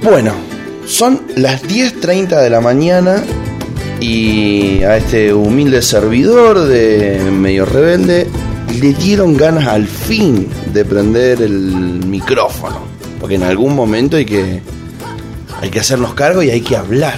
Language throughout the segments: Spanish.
Bueno, son las 10:30 de la mañana y a este humilde servidor de Medio Rebelde le dieron ganas al fin de prender el micrófono, porque en algún momento hay que hacernos cargo y hay que hablar.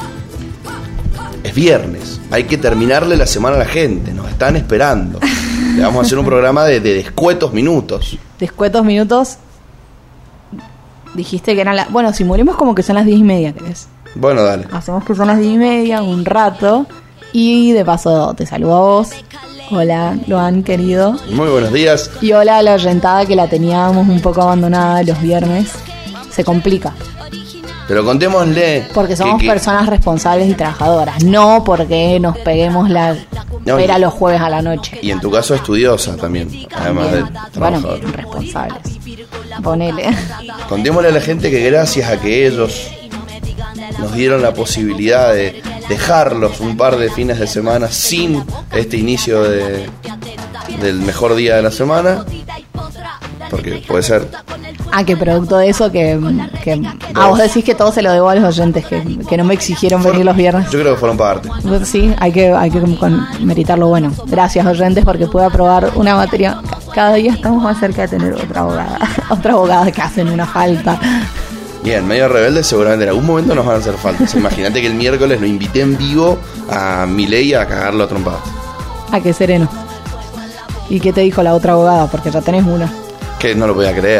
Es viernes, hay que terminarle la semana a la gente, nos están esperando. Le vamos a hacer un programa de descuetos minutos. Descuetos minutos. Dijiste que eran las... Bueno, si morimos como que son las 10:30, ¿crees? Bueno, dale. Hacemos que son las 10:30, un rato. Y de paso te saludo a vos. Hola, Luan, querido. Muy buenos días. Y hola a la oyentada que la teníamos un poco abandonada los viernes. Se complica. Pero contémosle... Porque somos personas responsables y trabajadoras. No porque nos peguemos la pera los jueves a la noche. Y en tu caso estudiosa también. Además de trabajadora. Bueno, responsables. Ponele. Contémosle a la gente que gracias a que ellos nos dieron la posibilidad de dejarlos un par de fines de semana sin este inicio del mejor día de la semana, porque puede ser... Ah, que producto de eso que vos decís que todo se lo debo a los oyentes que no me exigieron venir los viernes. Yo creo que fueron parte. Sí, hay que meritar lo bueno. Gracias, oyentes, porque pude aprobar una materia. Cada día estamos más cerca de tener otra abogada que hacen una falta. Bien, Medio Rebelde seguramente en algún momento nos van a hacer falta. Imagínate que el miércoles lo invité en vivo a Milei a cagarlo a trompadas. Ah, qué sereno. ¿Y qué te dijo la otra abogada? Porque ya tenés una. Que no lo podía creer.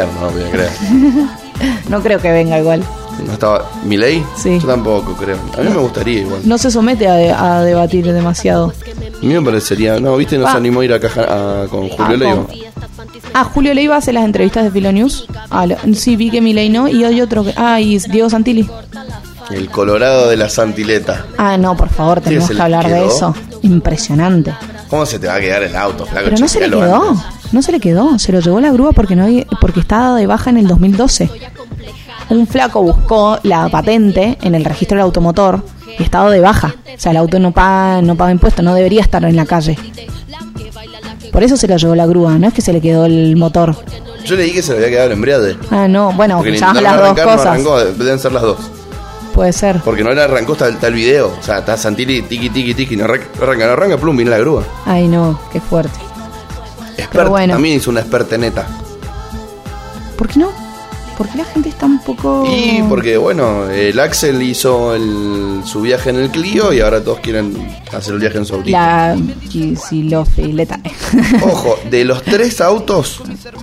No creo que venga igual. ¿No estaba Milei? Sí. Yo tampoco creo. A mí me gustaría igual. No se somete a debatir demasiado. A mí me parecería... No, ¿viste? No se animó a ir con Julio Leiva. Julio Leiva hace las entrevistas de Filonews. Sí, vi que Milei no. Y hay otro y Diego Santilli. El Colorado de la Santileta. No, por favor, tenemos que hablar de eso. Impresionante. ¿Cómo se te va a quedar el auto, flaco? Pero no se le quedó. No se le quedó. Se lo llevó la grúa porque estaba de baja en el 2012. Un flaco buscó la patente en el registro del automotor y estaba de baja. O sea, el auto no paga impuestos, no debería estar en la calle. Por eso se lo llevó la grúa, no es que se le quedó el motor. Yo leí que se le había quedado el embriague. No, bueno, ya las dos cosas. No arrancó, deben ser las dos. Puede ser. Porque no le arrancó hasta el video. O sea, está Santilli, tiqui, no arranca, plum, viene la grúa. Ay, no, qué fuerte. Bueno. También hizo una experteneta. ¿Por qué no? ¿Por qué la gente está un poco...? Y porque, bueno, el Axel hizo su viaje en el Clio y ahora todos quieren hacer el viaje en su autito. La Kisilofileta. Ojo, de los 3 autos,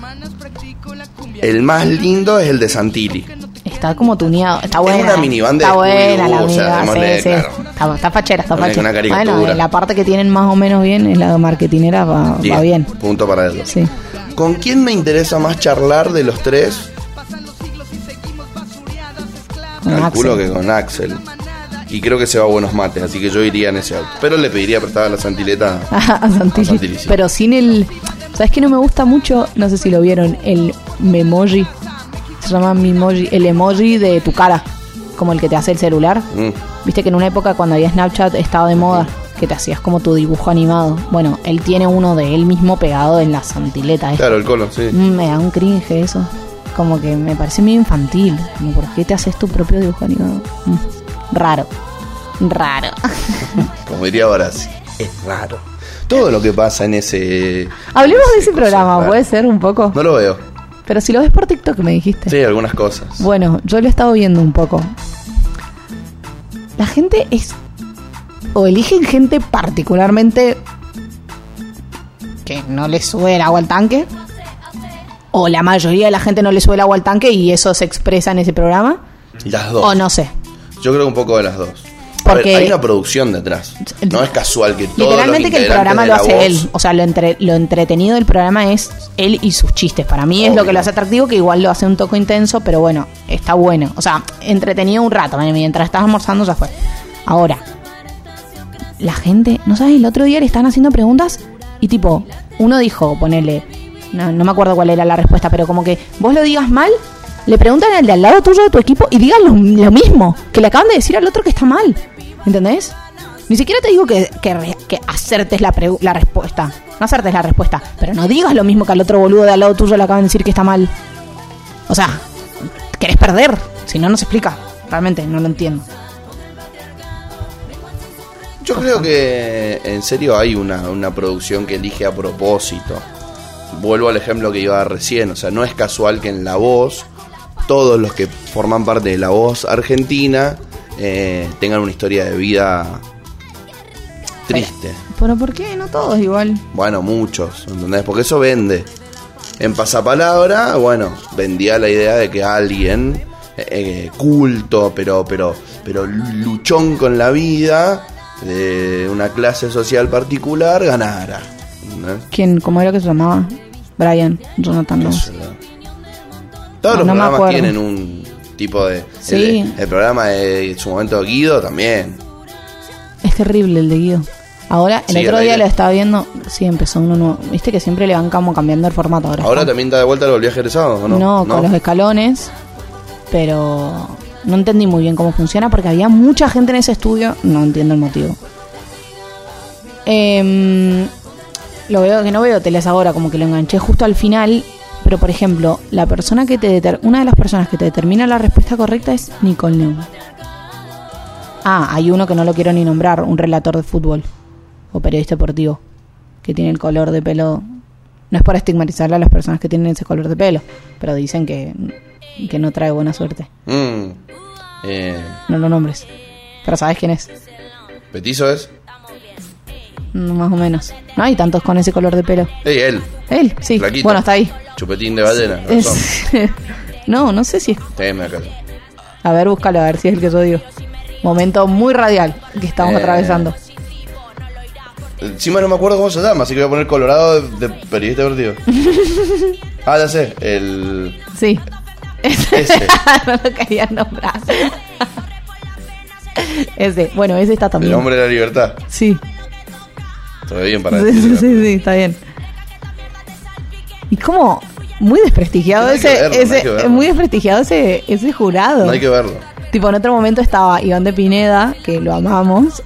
el más lindo es el de Santilli. Está como tuneado, está buena. Es una minivan de Está buena la minivan, sí. Claro. Está fachera. Una caricatura. Bueno, la parte que tienen más o menos bien es la marketinera, va bien. Punto para ellos. Sí. ¿Con quién me interesa más charlar de los 3? Calculo que con Axel. Y creo que se va a buenos mates, así que yo iría en ese auto. Pero le pediría prestada la Santileta a Santilli. Sí. Pero sin el... ¿Sabes qué no me gusta mucho? No sé si lo vieron, el memoji. Se llama Memoji, el emoji de tu cara, como el que te hace el celular. Viste que en una época cuando había Snapchat estaba de moda, que te hacías como tu dibujo animado. Bueno, él tiene uno de él mismo pegado en la Santileta. Claro, el colo, sí. Me da un cringe eso. Como que me parece muy infantil. Como, ¿por qué te haces tu propio dibujo animado? Raro. Como diría Horacio, es raro. Todo lo que pasa en ese... Hablemos de ese programa, ¿puede ser un poco? No lo veo. Pero si lo ves por TikTok, me dijiste. Sí, algunas cosas. Bueno, yo lo he estado viendo un poco. La gente o eligen gente particularmente que no le sube el agua al tanque, o la mayoría de la gente no le sube el agua al tanque y eso se expresa en ese programa. Las dos. O no sé. Yo creo un poco de las dos. Porque hay una producción detrás. No es casual que todo. Literalmente que el programa lo hace él. O sea, lo entretenido del programa es él y sus chistes. Para mí es lo que lo hace atractivo, que igual lo hace un toque intenso, pero bueno, está bueno. O sea, entretenido un rato. Mientras estás almorzando ya fue. Ahora, la gente, ¿no sabes? El otro día le están haciendo preguntas y tipo, uno dijo, ponele, no me acuerdo cuál era la respuesta, pero como que vos lo digas mal, le preguntan al de al lado tuyo de tu equipo y digan lo mismo, que le acaban de decir al otro que está mal. ¿Entendés? Ni siquiera te digo que acertes la respuesta. No acertes la respuesta, pero no digas lo mismo que al otro boludo de al lado tuyo le acaban de decir que está mal. O sea, ¿querés perder? Si no, no se explica. Realmente, no lo entiendo. Yo creo que en serio hay una producción que elige a propósito. Vuelvo al ejemplo que iba a dar recién. O sea, no es casual que en La Voz todos los que forman parte de La Voz argentina tengan una historia de vida triste. ¿Pero por qué? No todos igual. Bueno, muchos, ¿entendés? Porque eso vende. En Pasapalabra, bueno, vendía la idea de que alguien culto, pero luchón con la vida, de una clase social particular, ganara, ¿no? ¿Quién? ¿Cómo era que se llamaba? Brian, Jonathan Ross. Todos los no programas tienen un tipo de... Sí. El programa de su momento Guido también. Es terrible el de Guido. Ahora, el Sí, otro el día aire. lo estaba viendo. Sí, empezó uno nuevo. Viste que siempre le van como cambiando el formato. Ahora está. también está de vuelta los viajes egresados, ¿o no? No, con los escalones. Pero no entendí muy bien cómo funciona porque había mucha gente en ese estudio. No entiendo el motivo. Lo veo que no veo teles ahora, como que lo enganché justo al final. Pero por ejemplo, la persona que una de las personas que te determina la respuesta correcta es Nicole Neumann. Hay uno que no lo quiero ni nombrar, un relator de fútbol o periodista deportivo que tiene el color de pelo. No es por estigmatizar a las personas que tienen ese color de pelo, pero dicen que no trae buena suerte. No lo nombres, pero sabes quién es. ¿Petizo es? Más o menos. No hay tantos con ese color de pelo. Él. Él, sí. Flaquito. Bueno, está ahí. Chupetín de ballena. No sé si es. Teme acá. A ver, búscalo, a ver si es el que yo digo. Momento muy radial que estamos atravesando. Encima no me acuerdo cómo se llama, así que voy a poner Colorado de periodista deportivo. Ya sé, el... Sí. Ese. No lo quería nombrar. Ese. Bueno, ese está también. El hombre de la libertad. Sí. Todo bien para Sí, decirlo. sí, está bien. Y como muy desprestigiado No hay que verlo, no hay que verlo. muy desprestigiado ese jurado. No hay que verlo. Tipo, en otro momento estaba Iván de Pineda, que lo amamos.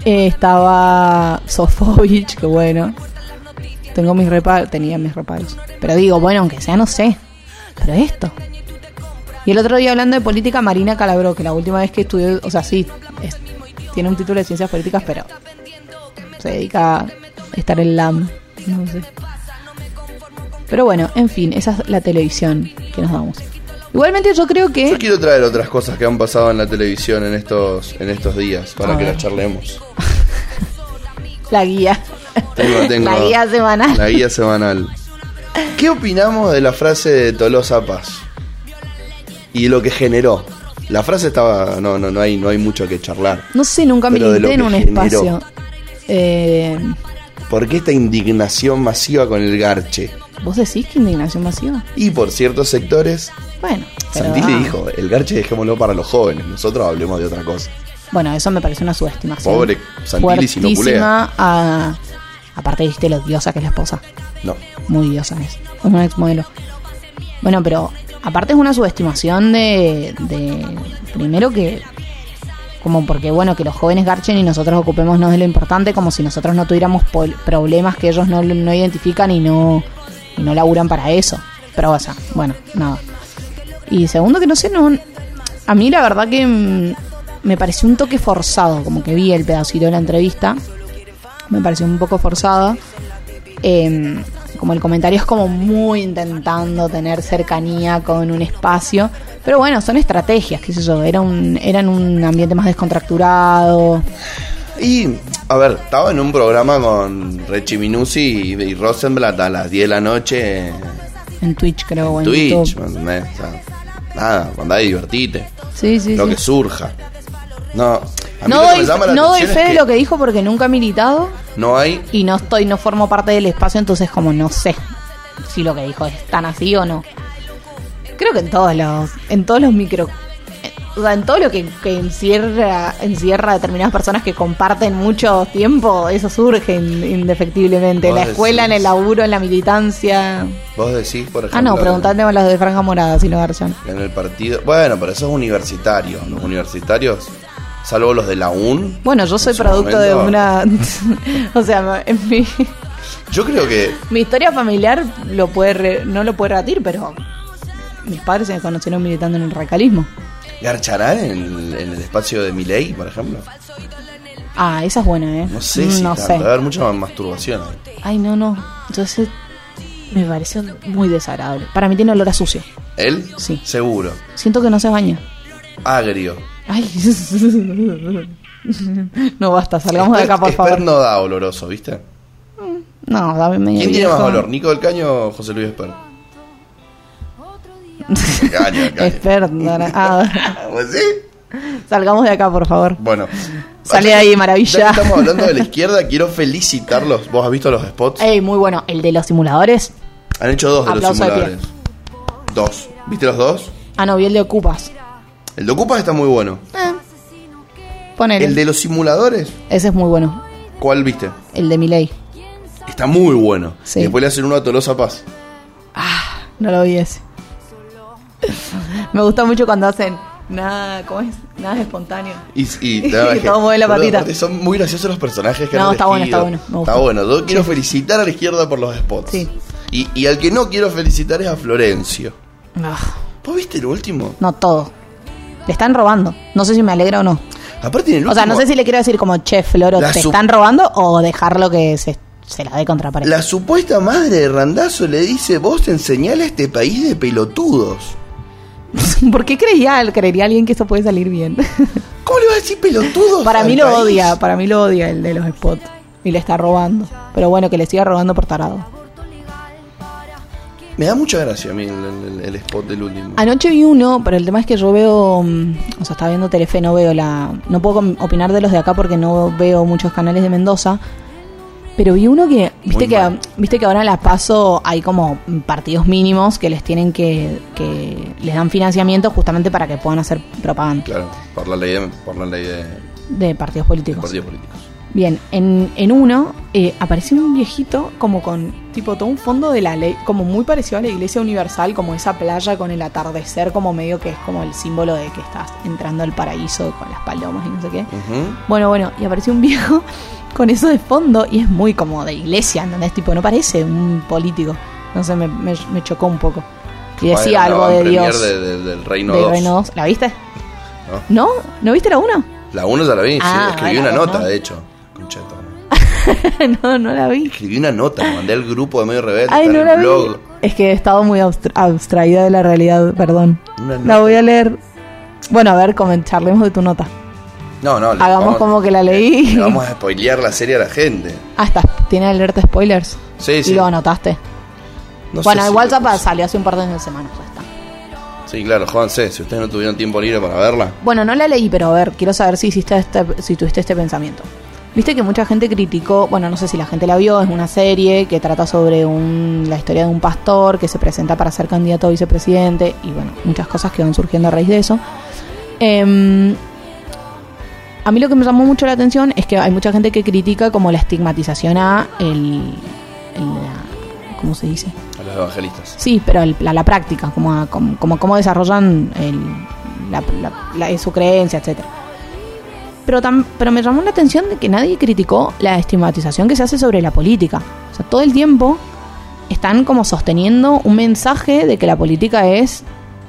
Estaba Sofovich, que bueno. Tenía mis reparos. Pero digo, bueno, aunque sea, no sé. Pero esto. Y el otro día hablando de política, Marina Calabró, que la última vez que estudió, o sea, sí, tiene un título de ciencias políticas, pero se dedica a estar en LAM, no sé. Pero bueno, en fin, esa es la televisión que nos damos. Igualmente yo creo que... Yo quiero traer otras cosas que han pasado en la televisión en estos días, para que las charlemos. La guía. Tengo La guía semanal. La guía semanal. ¿Qué opinamos de la frase de Tolosa Paz? Y lo que generó. La frase estaba... No hay mucho que charlar. No sé, nunca Pero de lo milité en que un generó. espacio. ¿Por qué esta indignación masiva con el garche? ¿Vos decís que indignación masiva? Y por ciertos sectores, Bueno. pero Santilli dijo, el garche dejémoslo para los jóvenes, nosotros hablemos de otra cosa. Bueno, eso me parece una subestimación. Pobre Santilli si no culea. Fuertísima. Aparte, viste lo diosa que es la esposa. No. Muy diosa es una ex modelo. Bueno, pero aparte es una subestimación de primero que... Como porque, bueno, que los jóvenes garchen y nosotros ocupémonos de lo importante, como si nosotros no tuviéramos problemas que ellos no identifican y no laburan para eso. Pero, o sea, bueno, nada. Y segundo, que no sé, a mí la verdad que me pareció un toque forzado, como que vi el pedacito de la entrevista. Me pareció un poco forzada. Como el comentario es como muy intentando tener cercanía con un espacio. Pero bueno, son estrategias, qué sé yo. Eran un ambiente más descontracturado. Y, a ver, estaba en un programa con Rechi Minuzzi y Rosenblatt a las 10 de la noche En Twitch, creo, o en Twitch, YouTube. ¿me entendés? O sea, nada, andá y divertite. Sí, sí, Lo sí. que surja. No, a mí No lo que doy, me llama la no doy atención fe es de que lo que dijo porque nunca he militado no hay... y no formo parte del espacio, entonces como no sé si lo que dijo es tan así o no. Creo que en todos los micro, o sea, en todo lo que encierra determinadas personas que comparten mucho tiempo, eso surge indefectiblemente. En Vos la escuela, decís. en el laburo, en la militancia. Vos decís, por ejemplo... No, preguntadme a los de Franja Morada si lo garchan. En el partido... Bueno, pero eso es universitario. Los universitarios, salvo los de la UN... Bueno, yo soy en su producto de momento- una... o sea, en Yo creo que... mi historia familiar no lo puede rebatir, pero mis padres se me conocieron militando en el radicalismo. ¿Garcharán en el espacio de Milei, por ejemplo? Ah, esa es buena, No sé si no tanto, sé. va a haber mucha masturbación ahí. Ay, no. Entonces me pareció muy desagradable. Para mí tiene olor a sucio. ¿Él? Sí. Seguro. Siento que no se baña. Agrio. Ay. No basta, salgamos de acá, por favor. Esper no da oloroso, ¿viste? No, dame medio ¿Quién tiene viejo. más olor, Nico del Caño o José Luis Esper? El Caño. Esper, ¿Pues sí? salgamos de acá, por favor. Bueno. Sale ahí, maravilla. Ya que estamos hablando de la izquierda, quiero felicitarlos. ¿Vos has visto los spots? Ey, muy bueno. El de los simuladores. Han hecho 2 de los Aplauso de pie. simuladores. 2. ¿Viste los 2? Ah, no, vi el de Ocupas. El de Ocupas está muy bueno. Ponele. El de los simuladores, Ese es muy bueno. ¿cuál viste? El de Milei. Está muy bueno. Sí. Y después le hacen uno a Tolosa Paz. No lo vi ese. Me gusta mucho cuando hacen nada, ¿cómo es? Nada es espontáneo. Y Todo mueve la patita. aparte son muy graciosos los personajes que No, han está bueno, elegido. está bueno, me gusta. Está bueno. Yo quiero felicitar a la izquierda por los spots. Sí. Y al que no quiero felicitar es a Florencio. Ah, ¿Vos viste el último? no todo. Le están robando. No sé si me alegra o no. Aparte en el último... O sea, no sé si le quiero decir como, che, Floro, La te su- están robando o dejarlo que se la dé contra pared. La supuesta madre de Randazzo le dice: vos enseñale a este país de pelotudos. ¿Por qué creería alguien que eso puede salir bien? ¿Cómo le va a decir pelotudos? Para al mí lo país? odia el de los spots. Y le está robando. Pero bueno, que le siga robando por tarado. Me da mucha gracia a mí el spot del último. Anoche vi uno, pero el tema es que yo veo, o sea, estaba viendo Telefe, no puedo opinar de los de acá porque no veo muchos canales de Mendoza. Pero vi uno que, viste que ahora en La Paso hay como partidos mínimos que les tienen que les dan financiamiento justamente para que puedan hacer propaganda. Claro, por la ley De partidos políticos. partidos políticos. Bien, en uno apareció un viejito como con tipo todo un fondo de la ley, como muy parecido a la Iglesia Universal, como esa playa con el atardecer, como medio que es como el símbolo de que estás entrando al paraíso con las palomas y no sé qué. Uh-huh. Bueno, y apareció un viejo con eso de fondo y es muy como de iglesia, ¿entendés? Tipo, no parece un político. No sé, me chocó un poco. Y decía algo de Dios. Del Reino Del 2. Reino 2. ¿La viste? ¿No? ¿No viste la 1? La 1 ya la vi, Ah, sí. Escribí la una dos, nota, ¿no? de hecho. Concheto, ¿no? No la vi. Escribí una nota, mandé al grupo de Medio Rebelde. Ay, está no en la el vi. blog. Es que he estado muy abstraída de la realidad, perdón. Una La nota. voy a leer. Bueno, a ver, charlemos de tu nota. No, Hagamos como que la leí. Le vamos a spoilear la serie a la gente. Ah, ¿tiene alerta spoilers? Sí, sí. Y lo anotaste. No Bueno, sé si igual lo puse. salió hace un par de semanas, ya está. Sí, claro, jódanse, si ustedes no tuvieron tiempo libre para verla. Bueno, no la leí, pero a ver, quiero saber si tuviste este pensamiento. Viste que mucha gente criticó, bueno, no sé si la gente la vio, es una serie que trata sobre la historia de un pastor que se presenta para ser candidato a vicepresidente y bueno, muchas cosas que van surgiendo a raíz de eso. A mí lo que me llamó mucho la atención es que hay mucha gente que critica como la estigmatización a ¿cómo se dice? A los evangelistas. Sí, pero la práctica, como cómo desarrollan su creencia, etcétera. Pero me llamó la atención de que nadie criticó la estigmatización que se hace sobre la política. O sea, todo el tiempo están como sosteniendo un mensaje de que la política es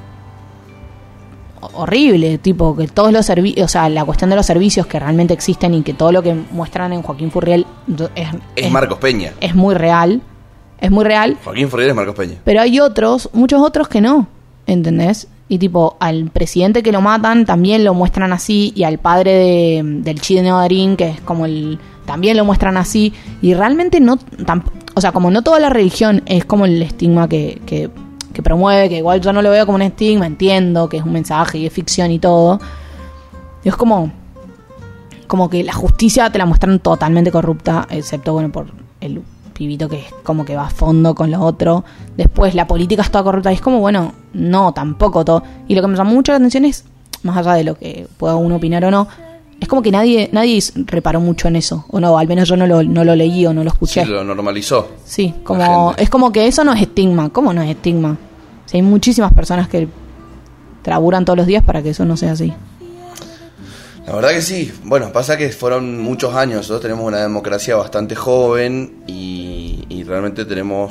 horrible, tipo que todos los servicios, o sea, la cuestión de los servicios que realmente existen y que todo lo que muestran en Joaquín Furriel Es Marcos Peña. es muy real. Es muy real. Joaquín Furriel es Marcos Peña. Pero hay muchos otros que no, ¿entendés? Y tipo, al presidente que lo matan también lo muestran así, y al padre del Chino Darín, que es como también lo muestran así, y realmente no, o sea, como no toda la religión es como el estigma que promueve, que igual yo no lo veo como un estigma, entiendo que es un mensaje y es ficción y todo. Y es como que la justicia te la muestran totalmente corrupta, excepto, bueno, por el pibito que es como que va a fondo con lo otro. Después la política es toda corrupta y es como, bueno, no, tampoco todo. Y lo que me llamó mucho la atención es, más allá de lo que pueda uno opinar o no, es como que nadie reparó mucho en eso, o no, al menos yo no lo leí o no lo escuché. Sí, lo normalizó. Sí, La gente. es como que eso no es estigma. ¿Cómo no es estigma? O sea, hay muchísimas personas que traburan todos los días para que eso no sea así. La verdad que sí. Bueno, pasa que fueron muchos años. Nosotros tenemos una democracia bastante joven y realmente tenemos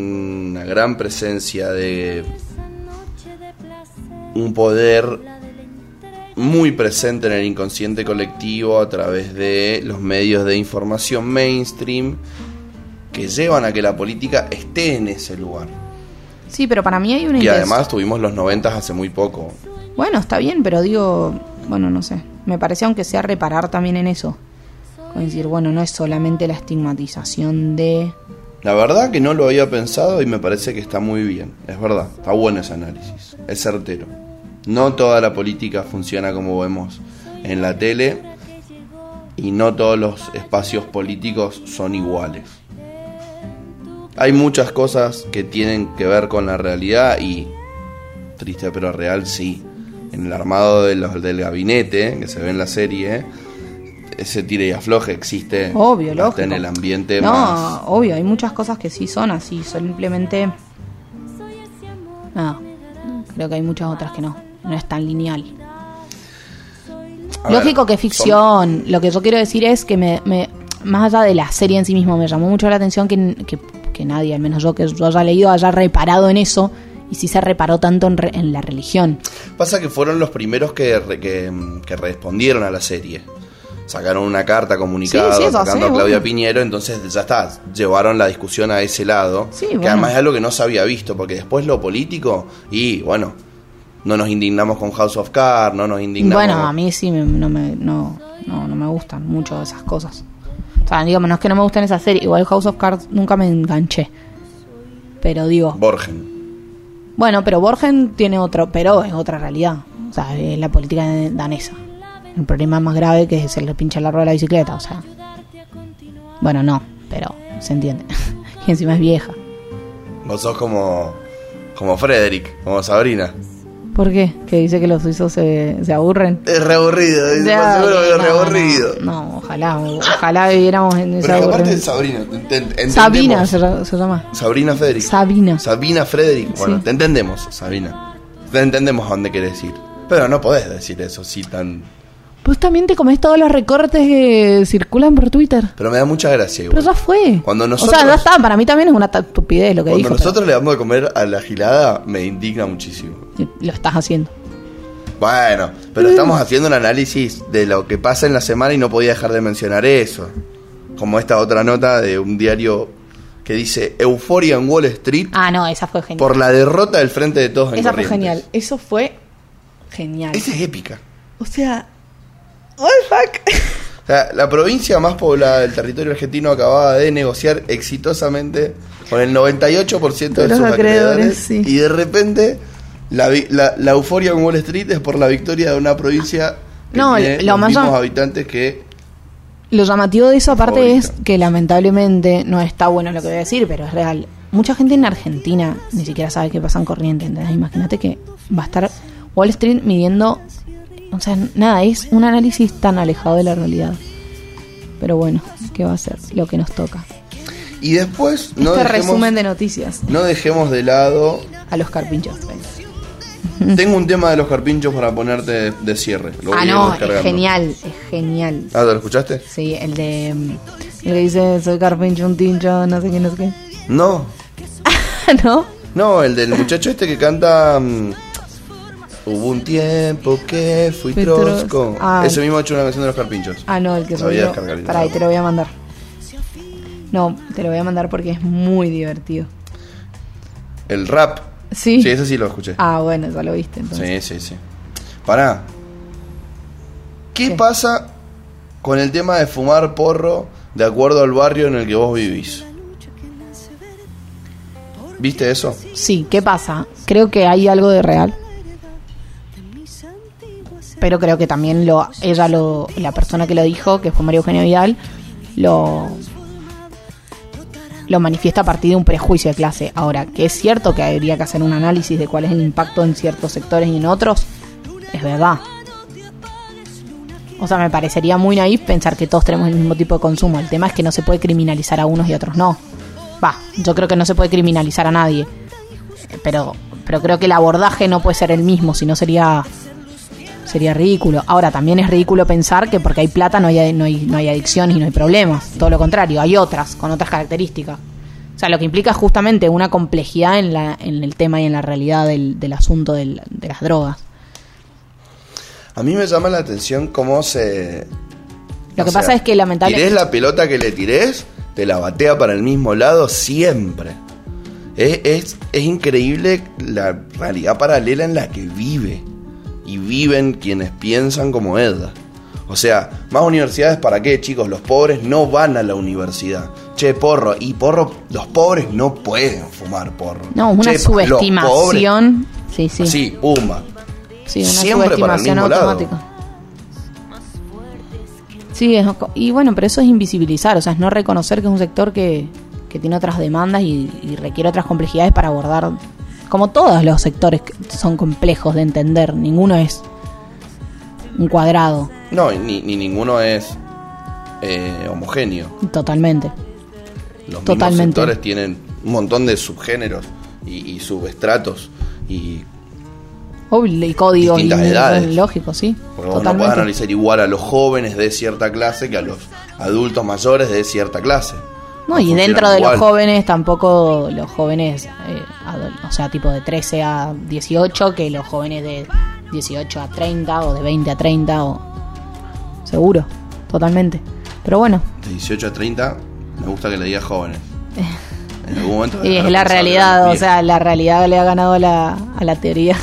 una gran presencia de un poder muy presente en el inconsciente colectivo a través de los medios de información mainstream que llevan a que la política esté en ese lugar. Sí, pero para mí hay una Y además tuvimos los 90 hace muy poco. Bueno, está bien, pero digo, bueno, no sé. Me parece, aunque sea, reparar también en eso. Como decir, bueno, no es solamente la estigmatización de... La verdad que no lo había pensado y me parece que está muy bien. Es verdad, está bueno ese análisis. Es certero. No toda la política funciona como vemos en la tele y no todos los espacios políticos son iguales. Hay muchas cosas que tienen que ver con la realidad y, triste pero real, sí. En el armado del gabinete, que se ve en la serie, ese tire y afloje existe. Obvio, hasta lógico. en el ambiente no, más... obvio, hay muchas cosas que sí son así, simplemente... No, creo que hay muchas otras que no es tan lineal. Lógico que ficción, lo que yo quiero decir es que me más allá de la serie en sí mismo, me llamó mucho la atención que nadie, al menos yo que yo haya leído, haya reparado en eso, y sí se reparó tanto en la religión. Pasa que fueron los primeros que respondieron a la serie. Sacaron una carta comunicada atacando a Claudia Piñero, entonces ya está, llevaron la discusión a ese lado, que además es algo que no se había visto, porque después lo político, y bueno, no nos indignamos con House of Cards, no nos indignamos... Bueno, a mí sí no me gustan mucho esas cosas. O sea, digamos, no es que no me gusten esas series, igual House of Cards nunca me enganché. Pero digo... Borgen. Bueno, pero Borgen tiene pero es otra realidad. O sea, es la política danesa. El problema más grave que se le pincha la rueda de la bicicleta, o sea... Bueno, no, pero se entiende. Y encima es vieja. Vos sos como Frederick, como Sabrina. ¿Por qué? ¿Que dice que los suizos se aburren? Es re aburrido, seguro que es re aburrido. No, ojalá viviéramos en esa aburrimiento. Pero aparte de Sabrina, entendemos. Sabina se llama. Sabrina Frederick. Sabina Frederick. Bueno, sí. Te entendemos, Sabina. Te entendemos a dónde querés ir. Pero no podés decir eso así tan... Pues también te comés todos los recortes que circulan por Twitter. Pero me da mucha gracia igual. Pero ya fue. Cuando nosotros, o sea, ya está. Para mí también es una estupidez lo que dijo. Cuando nosotros le damos de comer a la gilada, me indigna muchísimo. Lo estás haciendo. Bueno, pero estamos haciendo un análisis de lo que pasa en la semana y no podía dejar de mencionar eso. Como esta otra nota de un diario que dice Euforia en Wall Street. Ah, no, esa fue genial. Por la derrota del Frente de Todos en Esa Corrientes. fue genial. Eso fue genial. Esa es épica. O sea... What the fuck? O sea, la provincia más poblada del territorio argentino acababa de negociar exitosamente con el 98% de sus acreedores, sí. Y de repente la euforia en Wall Street es por la victoria de una provincia que tiene los mismos habitantes que... Lo llamativo de eso aparte es que lamentablemente, no está bueno lo que voy a decir, pero es real. Mucha gente en Argentina ni siquiera sabe qué pasa en Corrientes, ¿entendés? Imagínate que va a estar Wall Street midiendo... O sea, nada, es un análisis tan alejado de la realidad. Pero bueno, ¿qué va a ser? Lo que nos toca. Y después... resumen de noticias. No dejemos de lado... A los carpinchos. Tengo un tema de los carpinchos para ponerte de cierre. No, es genial, es genial. ¿Ah, te lo escuchaste? Sí, el que dice, soy carpincho, un tincho, no sé qué, no sé qué. No. ¿No? No, el del muchacho este que canta... Hubo un tiempo que fui trosco. Ese mismo ha hecho una canción de los carpinchos. No, el que soy yo. Pará, te lo voy a mandar. No, te lo voy a mandar porque es muy divertido. ¿El rap? Sí. Sí, ese sí lo escuché. Bueno, ya lo viste entonces. Sí. Pará. ¿Qué pasa con el tema de fumar porro de acuerdo al barrio en el que vos vivís? ¿Viste eso? Sí, ¿qué pasa? Creo que hay algo de real. Pero creo que también la persona que lo dijo, que fue María Eugenia Vidal, lo manifiesta a partir de un prejuicio de clase. Ahora, que es cierto que habría que hacer un análisis de cuál es el impacto en ciertos sectores y en otros, es verdad. O sea, me parecería muy naif pensar que todos tenemos el mismo tipo de consumo. El tema es que no se puede criminalizar a unos y a otros no. Yo creo que no se puede criminalizar a nadie. Pero creo que el abordaje no puede ser el mismo, si no sería ridículo. Ahora, también es ridículo pensar que porque hay plata no hay adicciones y no hay problemas. Todo lo contrario, hay otras, con otras características. O sea, lo que implica es justamente una complejidad en el tema y en la realidad del asunto de las drogas. A mí me llama la atención cómo se... Lo que pasa es que lamentablemente... Tirés la pelota que le tirés, te la batea para el mismo lado siempre. Es increíble la realidad paralela en la que vive. Y viven quienes piensan como Edda. O sea, más universidades para qué, chicos. Los pobres no van a la universidad. Che, porro. Y porro, los pobres no pueden fumar porro. No, una subestimación. Sí. Sí, pumba. Sí, una siempre subestimación para el mismo automática. lado. Sí, y bueno, pero eso es invisibilizar. O sea, es no reconocer que es un sector que tiene otras demandas y requiere otras complejidades para abordar. Como todos los sectores que son complejos de entender. Ninguno es un cuadrado. No, ni ninguno es homogéneo. Totalmente. Los mismos sectores tienen un montón de subgéneros y subestratos y códigos distintas edades. Lógico, sí. Porque vos no podés analizar igual a los jóvenes de cierta clase que a los adultos mayores de cierta clase. No, y dentro de los jóvenes tampoco los jóvenes, o sea, tipo de 13 a 18, que los jóvenes de 18 a 30 o de 20 a 30, seguro, totalmente. Pero bueno. De 18 a 30, me gusta que le digas jóvenes. En algún momento. Y es la realidad, o sea, la realidad le ha ganado a la teoría.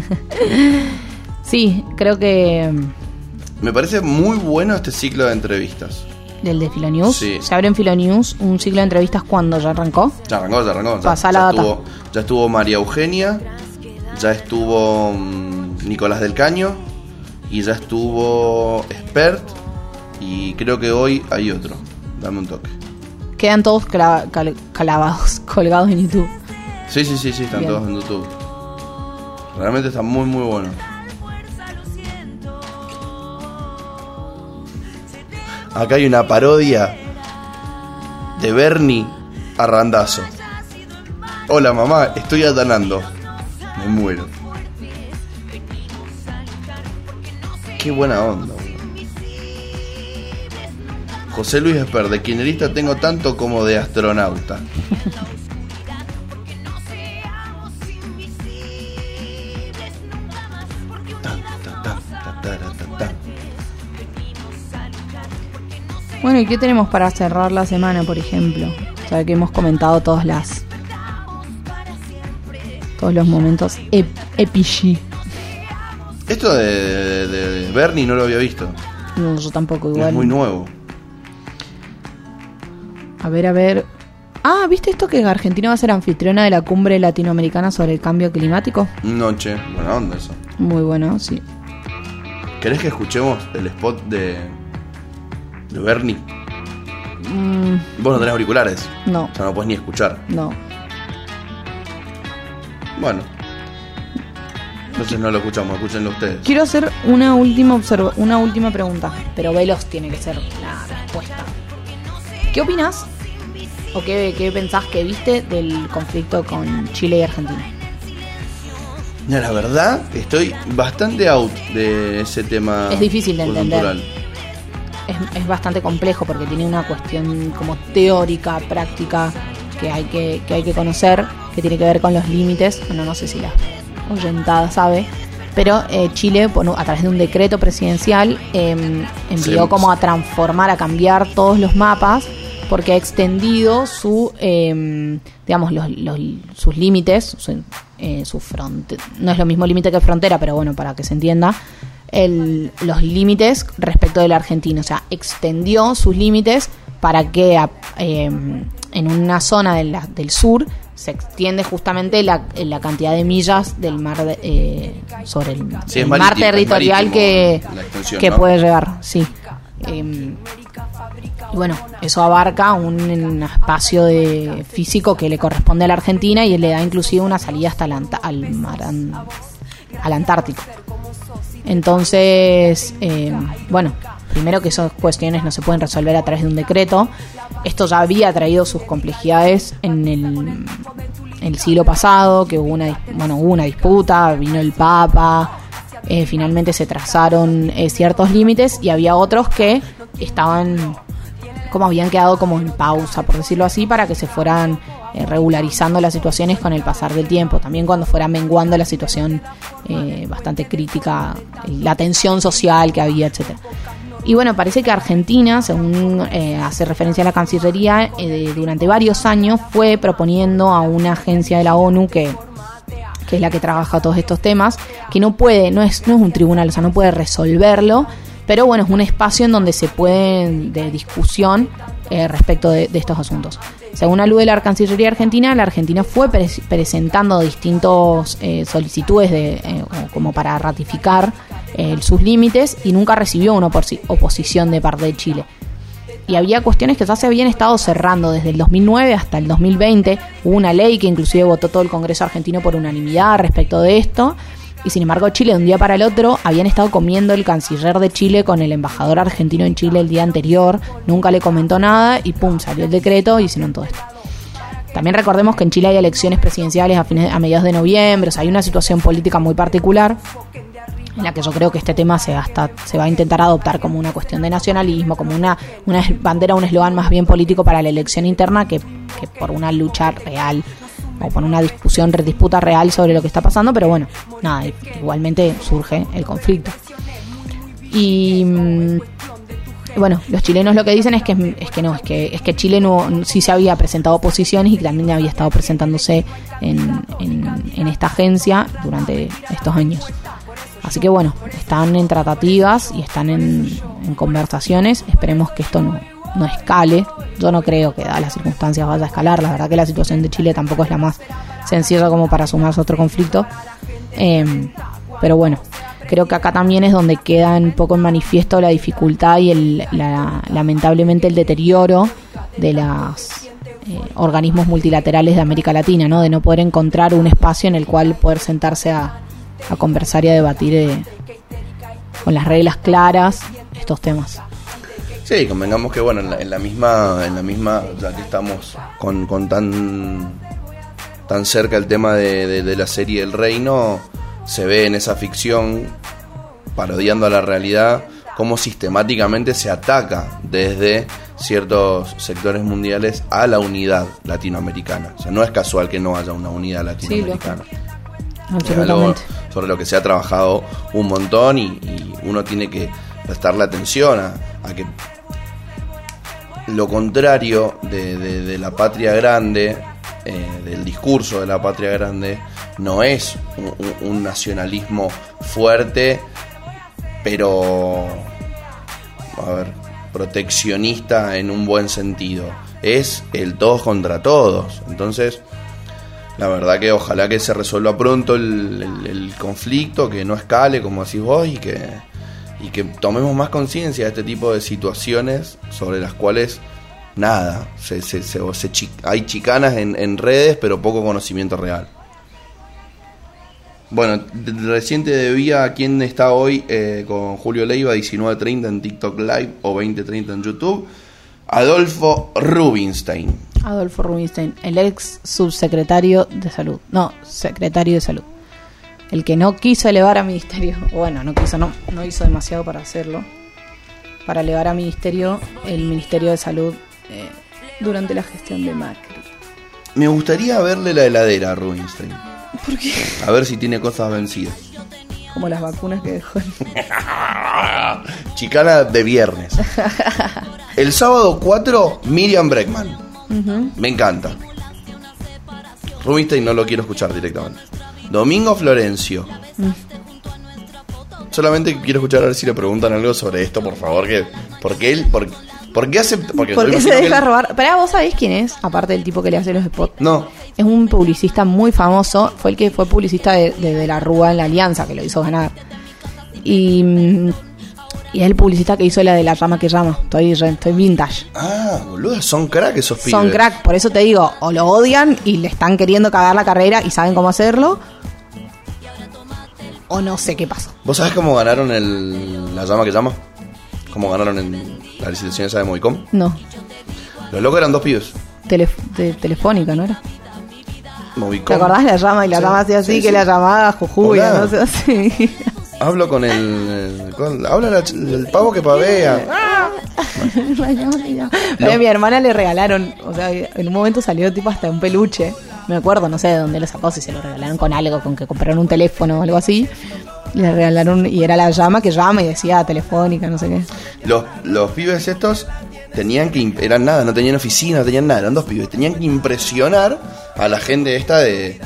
Sí, creo que... Me parece muy bueno este ciclo de entrevistas. ¿Del de Filonews? Sí. ¿Se abre en Filonews un ciclo de entrevistas cuando ya arrancó? Ya arrancó. Pasá la data. Ya estuvo María Eugenia, ya estuvo Nicolás del Caño, y ya estuvo Expert, y creo que hoy hay otro. Dame un toque. Quedan todos colgados en YouTube. Sí, están bien. Todos en YouTube. Realmente están muy, muy buenos. Acá hay una parodia de Bernie a Randazzo. Hola mamá, estoy atanando. Me muero. Qué buena onda. José Luis Esper, de kirchnerista tengo tanto como de astronauta. Bueno, ¿y qué tenemos para cerrar la semana, por ejemplo? O sea, que hemos comentado todos los momentos epici. Esto de Bernie no lo había visto. No, yo tampoco, igual. Es muy nuevo. A ver. Ah, ¿viste esto que Argentina va a ser anfitriona de la cumbre latinoamericana sobre el cambio climático? No, che, buena onda eso. Muy bueno, sí. ¿Querés que escuchemos el spot de Bernie? Vos no tenés auriculares. No. O sea, no podés ni escuchar. No. Bueno. Entonces no lo escuchamos, escúchenlo ustedes. Quiero hacer una última pregunta, pero veloz tiene que ser la respuesta. ¿Qué opinas o qué pensás que viste del conflicto con Chile y Argentina? Mira, la verdad, estoy bastante out de ese tema. Es difícil de entender. Es bastante complejo porque tiene una cuestión como teórica, práctica, que hay que conocer, que tiene que ver con los límites. Bueno, no sé si la oyentada sabe, pero Chile, bueno, a través de un decreto presidencial envió como a transformar, a cambiar todos los mapas, porque ha extendido sus límites, su frontera. No es lo mismo límite que frontera, pero bueno, para que se entienda, los límites respecto del argentino. O sea, extendió sus límites para que en una zona del sur se extiende justamente la cantidad de millas del mar sobre el mar territorial que ¿no? Puede llegar, sí. Y bueno, eso abarca un espacio físico que le corresponde a la Argentina y le da inclusive una salida hasta al Antártico. Entonces, bueno, primero que esas cuestiones no se pueden resolver a través de un decreto. Esto ya había traído sus complejidades en el siglo pasado, que hubo una disputa, vino el Papa, finalmente se trazaron ciertos límites y había otros que habían quedado como en pausa, por decirlo así, para que se fueran regularizando las situaciones con el pasar del tiempo. También cuando fuera menguando la situación bastante crítica, la tensión social que había, etcétera. Y bueno, parece que Argentina, según hace referencia a la Cancillería, durante varios años fue proponiendo a una agencia de la ONU que es la que trabaja todos estos temas, que no es un tribunal, o sea, no puede resolverlo, pero bueno, es un espacio en donde se puede de discusión respecto de estos asuntos. Según alude la Cancillería Argentina, la Argentina fue presentando distintos solicitudes como para ratificar sus límites y nunca recibió una oposición de parte de Chile. Y había cuestiones que ya se habían estado cerrando desde el 2009 hasta el 2020. Hubo una ley que inclusive votó todo el Congreso argentino por unanimidad respecto de esto. Y sin embargo Chile, de un día para el otro, habían estado comiendo el canciller de Chile con el embajador argentino en Chile el día anterior. Nunca le comentó nada y pum, salió el decreto y hicieron todo esto. También recordemos que en Chile hay elecciones presidenciales a mediados de noviembre. O sea, hay una situación política muy particular en la que yo creo que este tema se va a intentar adoptar como una cuestión de nacionalismo, como una bandera, un eslogan más bien político para la elección interna que por una lucha real o por una disputa real sobre lo que está pasando. Pero bueno, nada, igualmente surge el conflicto. Y bueno, los chilenos lo que dicen es que Chile sí se había presentado oposiciones y que también había estado presentándose en esta agencia durante estos años. Así que bueno, están en tratativas y están en conversaciones. Esperemos que esto no escale. Yo no creo que dadas las circunstancias vaya a escalar. La verdad que la situación de Chile tampoco es la más sencilla como para sumarse a otro conflicto. Pero bueno, creo que acá también es donde queda un poco en manifiesto la dificultad y lamentablemente el deterioro de los organismos multilaterales de América Latina, ¿no? De no poder encontrar un espacio en el cual poder sentarse a conversar y a debatir con las reglas claras estos temas. Sí, convengamos que bueno, en la misma, ya que estamos con tan cerca el tema de la serie El Reino, se ve en esa ficción, parodiando a la realidad, cómo sistemáticamente se ataca desde ciertos sectores mundiales a la unidad latinoamericana. O sea, no es casual que no haya una unidad latinoamericana. Sí, es algo sobre lo que se ha trabajado un montón y uno tiene que prestarle atención a que lo contrario de la patria grande, del discurso de la patria grande, no es un nacionalismo fuerte, pero proteccionista en un buen sentido. Es el todos contra todos. Entonces, la verdad que ojalá que se resuelva pronto el conflicto, que no escale, como decís vos, y que tomemos más conciencia de este tipo de situaciones sobre las cuales nada, hay chicanas en redes, pero poco conocimiento real. Bueno, recién te debía a quién está hoy con Julio Leiva, 19:30 en TikTok Live o 20:30 en YouTube. Adolfo Rubinstein, el ex subsecretario de Salud. No, secretario de Salud. El que no quiso elevar a ministerio. Bueno, no hizo demasiado para hacerlo. Para elevar a ministerio el Ministerio de Salud durante la gestión de Macri. Me gustaría verle la heladera a Rubinstein. ¿Por qué? A ver si tiene cosas vencidas. Como las vacunas que dejó. Chicana de viernes. El sábado 4, Miriam Bregman. Uh-huh. Me encanta. Rubinstein no lo quiero escuchar directamente. Domingo Florencio. Solamente quiero escuchar a ver si le preguntan algo sobre esto, por favor. ¿Por qué acepta? ¿Por qué se deja robar? Pero vos sabés quién es, aparte del tipo que le hace los spots. No. Es un publicista muy famoso. Fue el que fue publicista de la Rúa en la Alianza, que lo hizo ganar. Y es el publicista que hizo la de La Llama que Llama. Estoy vintage. Ah, boludo, son crack esos pibes. Son crack, por eso te digo, o lo odian y le están queriendo cagar la carrera y saben cómo hacerlo, o no sé qué pasó. ¿Vos sabés cómo ganaron La Llama que Llama? ¿Cómo ganaron en la licitación esa de Movicom? No. Los locos eran dos pibes. Telefónica, ¿no era? Movicom. ¿Te acordás? La llama y la llama hacía así, sí, que sí. La llamaba Jujuy, no sé así. Hablo con habla el pavo que pavea. La llama. A mi hermana le regalaron, o sea, en un momento salió tipo hasta un peluche. Me acuerdo, no sé de dónde lo sacó, si se lo regalaron con algo, con que compraron un teléfono o algo así. Le regalaron, y era la llama que llama y decía Telefónica, no sé qué. Los pibes estos tenían que, eran nada, no tenían oficina, no tenían nada, eran 2 pibes, tenían que impresionar a la gente esta de...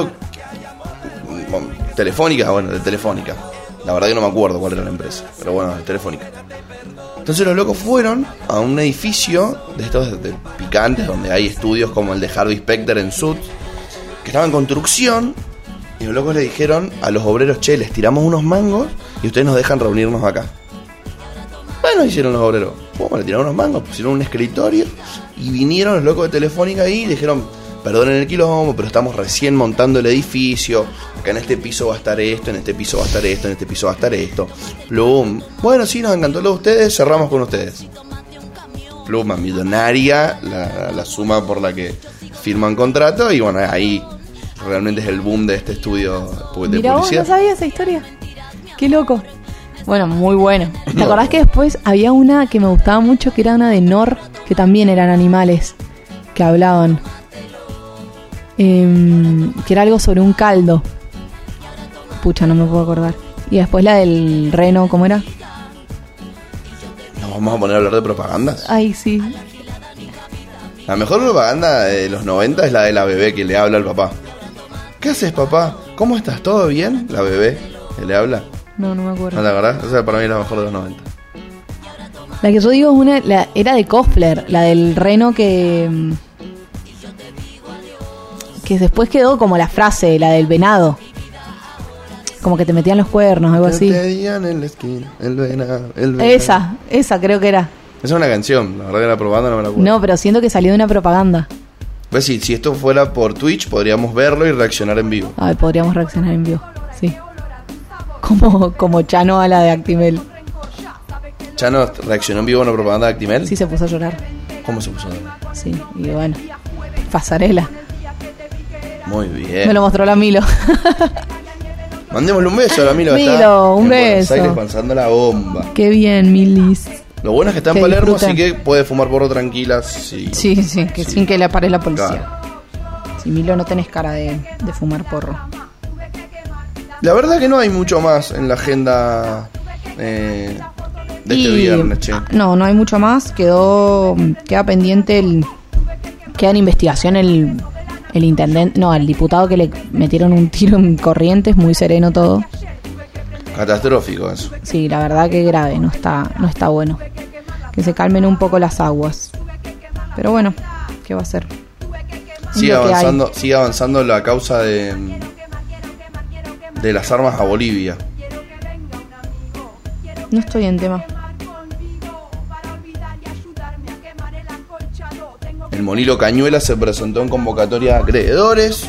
Telefónica, bueno, de Telefónica. La verdad que no me acuerdo cuál era la empresa, pero bueno, de Telefónica. Entonces los locos fueron a un edificio de estos de picantes, donde hay estudios como el de Harvey Specter en Sud, que estaba en construcción, y los locos le dijeron a los obreros, che, les tiramos unos mangos y ustedes nos dejan reunirnos acá. Bueno, hicieron los obreros. Bueno, le tiraron unos mangos, pusieron un escritorio y vinieron los locos de Telefónica ahí y dijeron, perdonen el quilombo, pero estamos recién montando el edificio, acá en este piso va a estar esto, en este piso va a estar esto, en este piso va a estar esto. Plum. Bueno, sí, nos encantó lo de ustedes, cerramos con ustedes. Pluma, millonaria, la suma por la que firman contrato, y bueno, ahí realmente es el boom de este estudio de Mirá, publicidad. ¿vos no sabías esa historia? Qué loco. Bueno, muy bueno. ¿Te acordás que después había una que me gustaba mucho, que era una de Nor, que también eran animales que hablaban? Que era algo sobre un caldo. Pucha, no me puedo acordar. Y después la del reno, ¿cómo era? ¿Nos vamos a poner a hablar de propagandas? Ay, sí. La mejor propaganda de los 90 es la de la bebé que le habla al papá. ¿Qué haces, papá? ¿Cómo estás? ¿Todo bien? La bebé que le habla. No me acuerdo. ¿No te acordás? Esa para mí es la mejor de los 90. La que yo digo es era de Kofler, la del reno que después quedó como la frase, la del venado. Como que te metían los cuernos, algo así. Te veían en la esquina, el venado. Esa creo que era. Esa es una canción, la verdad que la propaganda no me la acuerdo. No, pero siento que salió de una propaganda. Pues sí, si esto fuera por Twitch, podríamos verlo y reaccionar en vivo. Ay, podríamos reaccionar en vivo, sí. Como Chano a la de Actimel. ¿Chano reaccionó en vivo a una propaganda de Actimel? Sí, se puso a llorar. ¿Cómo se puso a llorar? Sí, y bueno, pasarela. Muy bien. Me lo mostró la Milo. Mandémosle un beso a la Milo. Milo, está un en beso. Buenos Aires pasando la bomba. Qué bien, Milis. Lo bueno es que está en Que Palermo, disfruten. así que puede fumar porro tranquila. Sí, Que sin que le pare la policía. Claro. Sí, Milo, no tenés cara de fumar porro. La verdad que no hay mucho más en la agenda de este viernes, che. No hay mucho más. Queda pendiente queda en investigación el intendente, el diputado que le metieron un tiro en Corrientes, muy sereno todo. Catastrófico eso. Sí, la verdad que grave, no está bueno. Que se calmen un poco las aguas. Pero bueno, ¿qué va a hacer? Sigue avanzando la causa de las armas a Bolivia. No estoy en tema. El Monilo Cañuela se presentó en convocatoria a acreedores.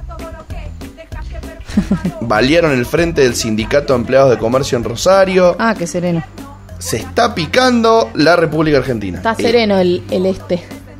Balearon el frente del Sindicato de Empleados de Comercio en Rosario. Ah, qué sereno. Se está picando la República Argentina. Está sereno el este.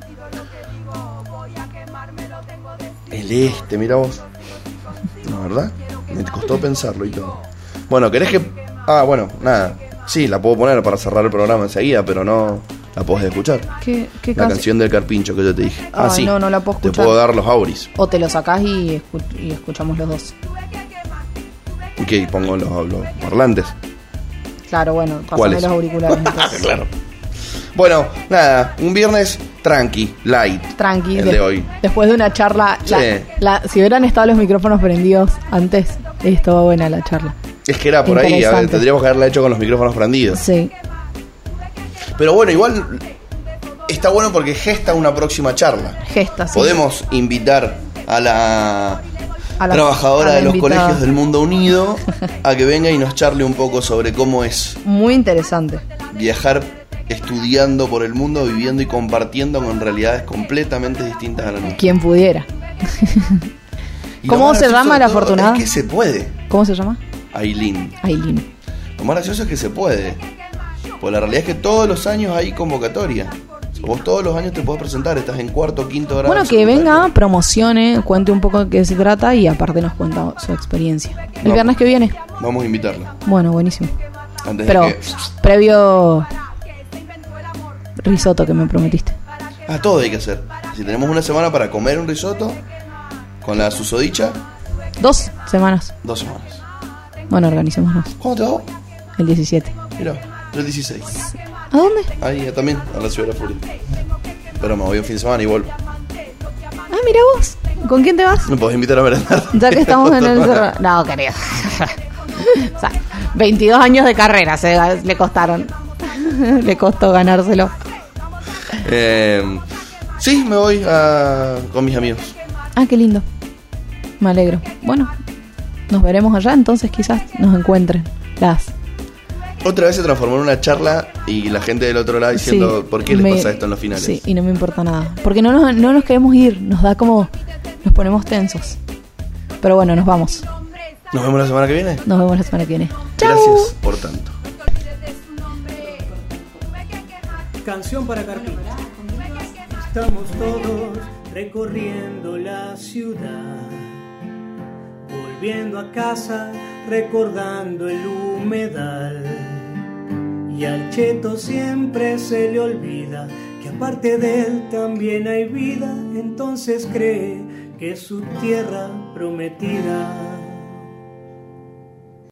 El este, mira vos. ¿No, verdad? Me costó pensarlo y todo. Bueno, ¿querés que...? Bueno, nada. Sí, la puedo poner para cerrar el programa enseguida, pero no la podés escuchar. ¿Qué La canción del Carpincho que yo te dije. Sí. No la puedo escuchar. Te puedo dar los auris. O te lo sacás y escuchamos los dos. ¿Y qué? Pongo los parlantes. Claro, bueno, pasame ¿Cuáles? los auriculares. Entonces. Claro. Bueno, nada, un viernes tranqui, light. Tranqui. El de hoy. Después de una charla. Sí. Si hubieran estado los micrófonos prendidos antes, estaba buena la charla. Es que era por ahí, tendríamos que haberla hecho con los micrófonos prendidos. Sí. Pero bueno, igual está bueno porque gesta una próxima charla. Sí. Podemos invitar a la trabajadora de los invitada. colegios del mundo unido a que venga y nos charle un poco sobre cómo es Muy interesante. viajar estudiando por el mundo, viviendo y compartiendo con realidades completamente distintas a la nuestra. Quien pudiera. Y ¿Cómo lo más se gracioso llama de la todo afortunada? Es que se puede. ¿Cómo se llama? Aileen. Aileen. Lo más gracioso es que se puede. Pues la realidad es que todos los años hay convocatoria. Vos todos los años te podés presentar, estás en cuarto o quinto grado. Bueno, que venga, promocione, cuente un poco de qué se trata y aparte nos cuenta su experiencia. El viernes que viene. Vamos a invitarla. Bueno, buenísimo. Antes Pero de que... previo risotto que me prometiste. Todo hay que hacer. Si tenemos una semana para comer un risotto con la susodicha. 2 semanas. 2 semanas. Bueno, organicémonos. ¿Cuándo te hago? El 17. Mira, yo el 16. ¿A dónde? Ahí también, a la Ciudad de la Furia. Pero me voy un fin de semana y vuelvo. Mira vos. ¿Con quién te vas? Me podés invitar a merendar. Ya que estamos en el cerro. No, querido. O sea, 22 años de carrera le costaron. Le costó ganárselo. Sí, me voy con mis amigos. Qué lindo. Me alegro. Bueno, nos veremos allá, entonces quizás nos encuentren Otra vez se transformó en una charla y la gente del otro lado diciendo por qué les pasa esto en los finales. Sí, y no me importa nada. Porque no nos queremos ir, nos da como... Nos ponemos tensos. Pero bueno, nos vamos. ¿Nos vemos la semana que viene? Nos vemos la semana que viene. ¡Chau! Gracias por tanto. Canción para Carpita. Estamos todos recorriendo la ciudad, volviendo a casa, recordando el humedal. Y al cheto siempre se le olvida que aparte de él también hay vida, entonces cree que es su tierra prometida.